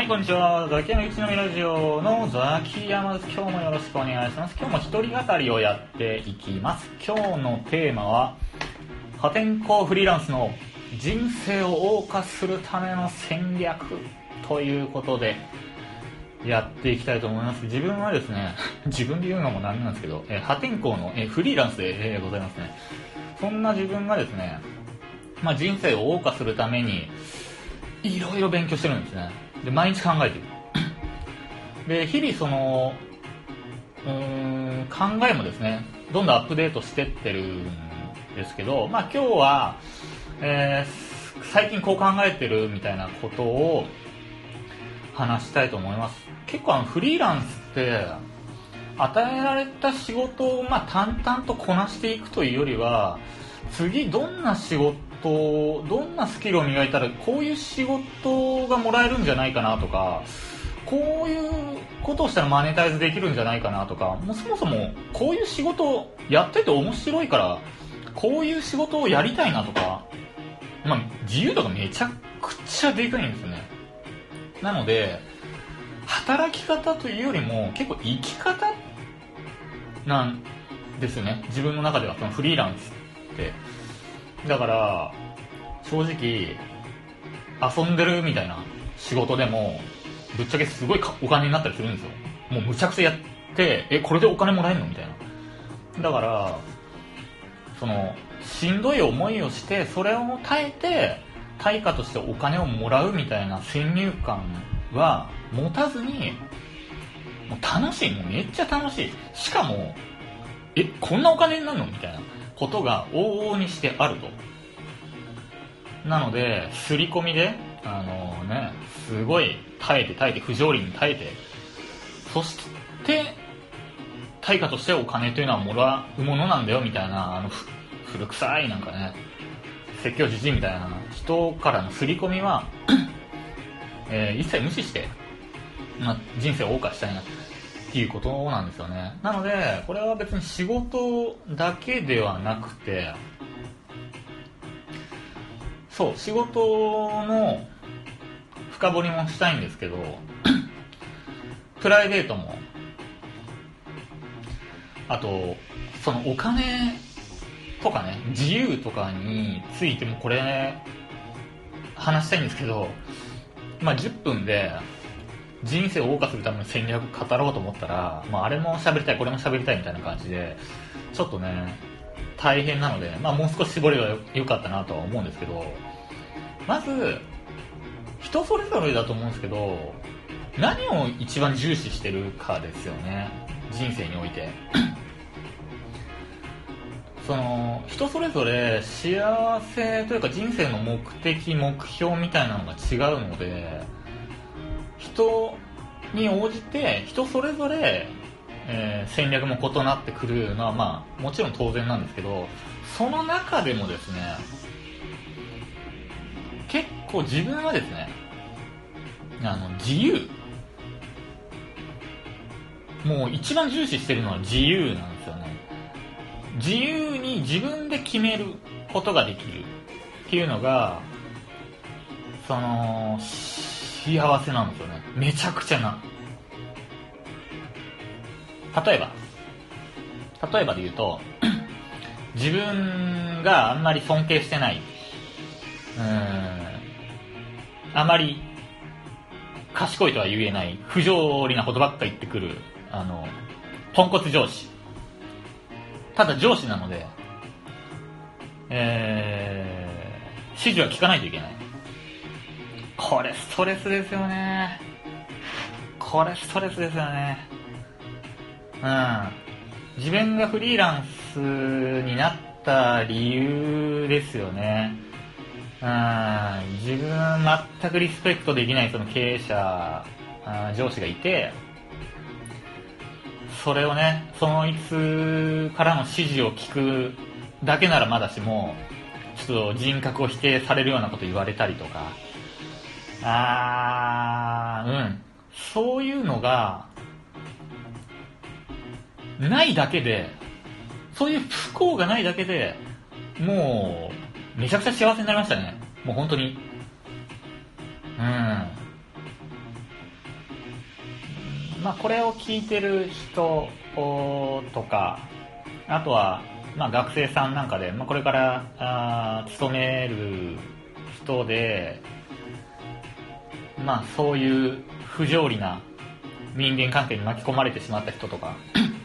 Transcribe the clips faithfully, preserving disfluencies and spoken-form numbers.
はい、こんにちは。ザキヤマ一のみラジオのザキヤマです。今日もよろしくお願いします。今日も一人語りをやっていきます。今日のテーマは破天荒フリーランスの人生を謳歌するための戦略ということでやっていきたいと思います。自分はですね、自分で言うのもなんなんですけど、え破天荒のえフリーランスで、えー、ございますね。そんな自分がですね、まあ、人生を謳歌するためにいろいろ勉強してるんですね。で、毎日考えてる。で、日々そのうーん考えもですね、どんどんアップデートしてってるんですけど、まあ今日は、えー、最近こう考えてるみたいなことを話したいと思います。結構あのフリーランスって与えられた仕事をまあ淡々とこなしていくというよりは、次どんな仕事どんなスキルを磨いたらこういう仕事がもらえるんじゃないかなとか、こういうことをしたらマネタイズできるんじゃないかなとか、もうそもそもこういう仕事をやってて面白いからこういう仕事をやりたいなとか、まあ、自由度がめちゃくちゃでかいんですよね。なので働き方というよりも結構生き方なんですよね、自分の中では。そのフリーランスってだから正直遊んでるみたいな仕事でもぶっちゃけすごいお金になったりするんですよ。もうむちゃくちゃやってえこれでお金もらえるのみたいな。だからそのしんどい思いをしてそれを耐えて対価としてお金をもらうみたいな先入観は持たずに、もう楽しい、もうめっちゃ楽しい、しかもえこんなお金になるのみたいなことが往々にしてあると。なので刷り込みであのねすごい耐えて耐えて不条理に耐えて、そして対価としてお金というのはもらうものなんだよみたいな、あの古臭いなんかね説教じじいみたいな人からの刷り込みは、えー、一切無視して、まあ、人生を謳歌したいなっていうことなんですよね。なのでこれは別に仕事だけではなくて、そう仕事の深掘りもしたいんですけどプライベートも、あとそのお金とかね自由とかについてもこれ話したいんですけど、まあじゅっぷんで人生を謳歌するための戦略語ろうと思ったら、まあ、あれも喋りたいこれも喋りたいみたいな感じでちょっとね大変なので、まあ、もう少し絞れば よ, よかったなとは思うんですけど、まず人それぞれだと思うんですけど、何を一番重視してるかですよね、人生において。その人それぞれ幸せというか人生の目的目標みたいなのが違うので、人に応じて人それぞれ、えー、戦略も異なってくるのはまあもちろん当然なんですけど、その中でもですね結構自分はですねあの自由、もう一番重視してるのは自由なんですよね。自由に自分で決めることができるっていうのがその幸せなんですよね、めちゃくちゃな。例えば例えばで言うと自分があんまり尊敬してない、うーんあまり賢いとは言えない不条理なことばっか言ってくるあのポンコツ上司、ただ上司なので、えー、指示は聞かないといけない。これストレスですよね。これストレスですよね。うん。自分がフリーランスになった理由ですよね。うん。自分全くリスペクトできないその経営者、上司がいて、それをね、そのいつからの指示を聞くだけならまだしも、ちょっと人格を否定されるようなこと言われたりとか、あー、うん。そういうのが、ないだけで、そういう不幸がないだけで、もう、めちゃくちゃ幸せになりましたね。もう本当に。うん。 まあ、これを聞いてる人とか、あとは、まあ、学生さんなんかで、まあ、これからあ勤める人で、まあ、そういう不条理な人間関係に巻き込まれてしまった人とか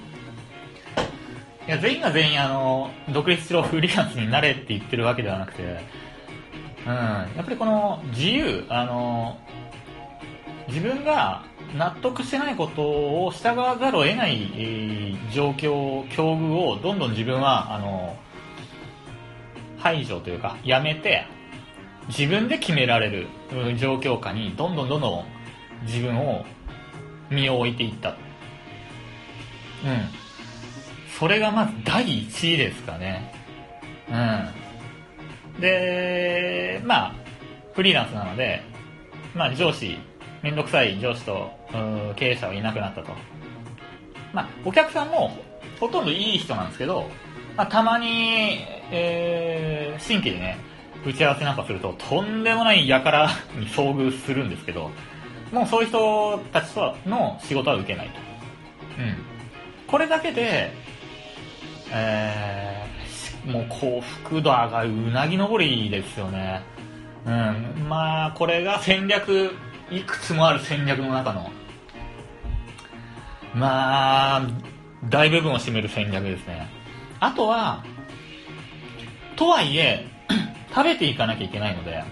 いや全員が全員あの独立しろフリーランスになれって言ってるわけではなくて、うん、やっぱりこの自由あの自分が納得してないことを従わざるを得ない、えー、状況境遇をどんどん自分はあの排除というかやめて自分で決められる状況下にどんどんどんどん自分を身を置いていった。うん。それがまず第一位ですかね。うん。で、まあ、フリーランスなので、まあ上司、めんどくさい上司と経営者はいなくなったと。まあ、お客さんもほとんどいい人なんですけど、まあ、たまに、えー、新規でね、打ち合わせなんかするととんでもない輩に遭遇するんですけど、もうそういう人たちとの仕事は受けないと。うん。これだけで、えー、もう幸福度上がるうなぎ登りですよね。うん。まあ、これが戦略、いくつもある戦略の中の、まあ、大部分を占める戦略ですね。あとは、とはいえ、食べていかなきゃいけないので、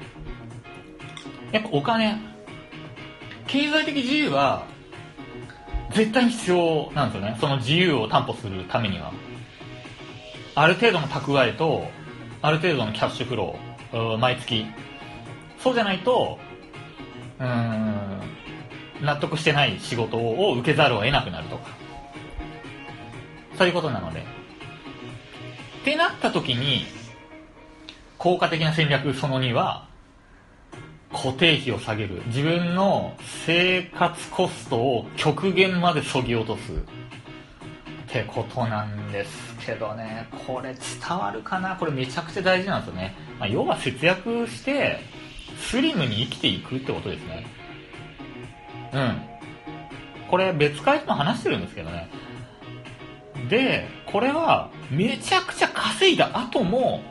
やっぱお金、経済的自由は絶対に必要なんですよね。その自由を担保するためには。ある程度の蓄えと、ある程度のキャッシュフロー、毎月。そうじゃないと、うーん、納得してない仕事を受けざるを得なくなるとか。そういうことなので。ってなった時に、効果的な戦略そのには、固定費を下げる。自分の生活コストを極限まで削ぎ落とす。ってことなんですけどね。これ伝わるかな？これめちゃくちゃ大事なんですよね。まあ、要は節約して、スリムに生きていくってことですね。うん。これ別会でも話してるんですけどね。で、これはめちゃくちゃ稼いだ後も、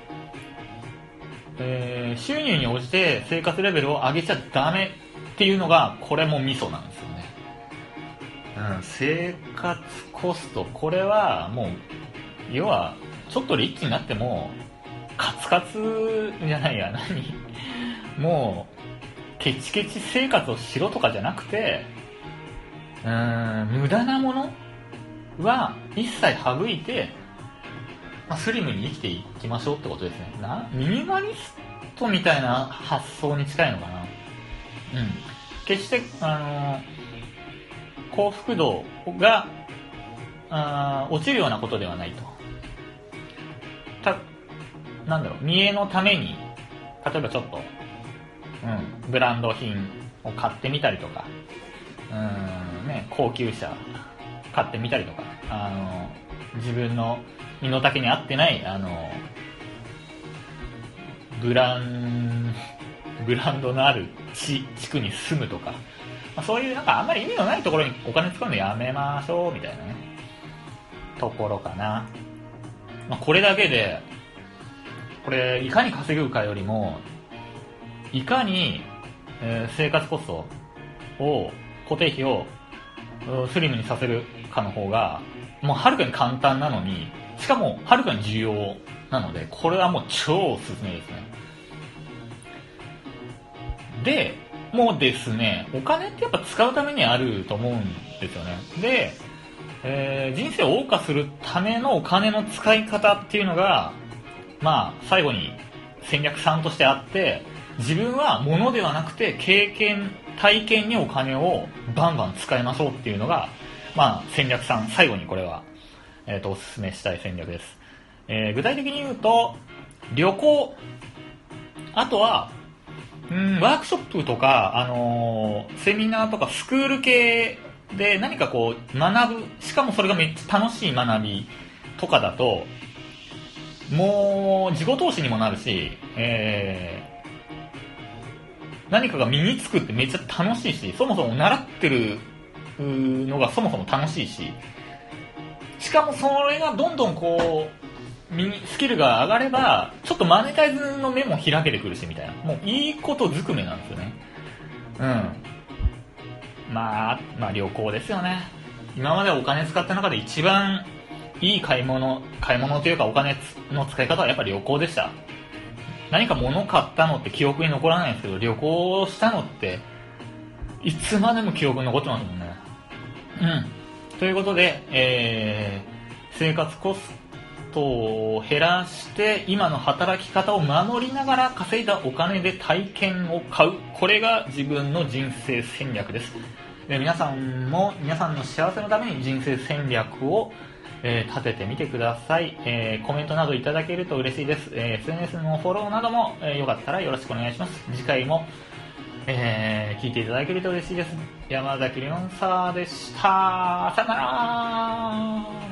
えー、収入に応じて生活レベルを上げちゃダメっていうのがこれもミソなんですよね。うん、生活コスト、これはもう要はちょっとリッチになってもカツカツじゃないや何もうケチケチ生活をしろとかじゃなくて、うーん無駄なものは一切省いて、まあ、スリムに生きていきましょうってことですね。なミニマリストみたいな発想に近いのかな。うん。決して、あのー、幸福度があ落ちるようなことではないと。た、なんだろう、見栄のために、例えばちょっと、うん、ブランド品を買ってみたりとか、うーん、ね、高級車買ってみたりとか、あのー、自分の身の丈に合ってない、あの、ブラン、ブランドのある地、地区に住むとか、まあ、そういうなんかあんまり意味のないところにお金使うのやめましょう、みたいなね、ところかな。まあ、これだけで、これ、いかに稼ぐかよりも、いかに、えー、生活コストを、固定費をスリムにさせるかの方が、もうはるかに簡単なのに、しかも、はるかに重要なので、これはもう超おすすめですね。で、もうですね、お金ってやっぱ使うためにあると思うんですよね。で、えー、人生を謳歌するためのお金の使い方っていうのが、まあ、最後に戦略さんとしてあって、自分は物ではなくて経験、体験にお金をバンバン使いましょうっていうのが、まあ、戦略さん、最後にこれは、えっと、おすすめしたい戦略です。えー、具体的に言うと、旅行、あとは、うん、ワークショップとか、あのー、セミナーとかスクール系で何かこう学ぶ、しかもそれがめっちゃ楽しい学びとかだと、もう自己投資にもなるし、えー、何かが身につくってめっちゃ楽しいし、そもそも習ってるのがそもそも楽しいし、しかもそれがどんどんこう身にスキルが上がればちょっとマネタイズの目も開けてくるしみたいな、もういいことずくめなんですよね。うんまあまあ旅行ですよね。今までお金使った中で一番いい買い物買い物というかお金の使い方はやっぱり旅行でした。何か物を買ったのって記憶に残らないんですけど、旅行したのっていつまでも記憶に残ってますもんね。うんということで、えー、生活コストを減らして今の働き方を守りながら稼いだお金で体験を買う、これが自分の人生戦略です。で皆さんも皆さんの幸せのために人生戦略を、えー、立ててみてください。えー、コメントなどいただけると嬉しいです。えー、エスエヌエス のフォローなども、えー、よかったらよろしくお願いします。次回も、えー、聞いていただけると嬉しいです。山崎レオンサーでした。さよなら。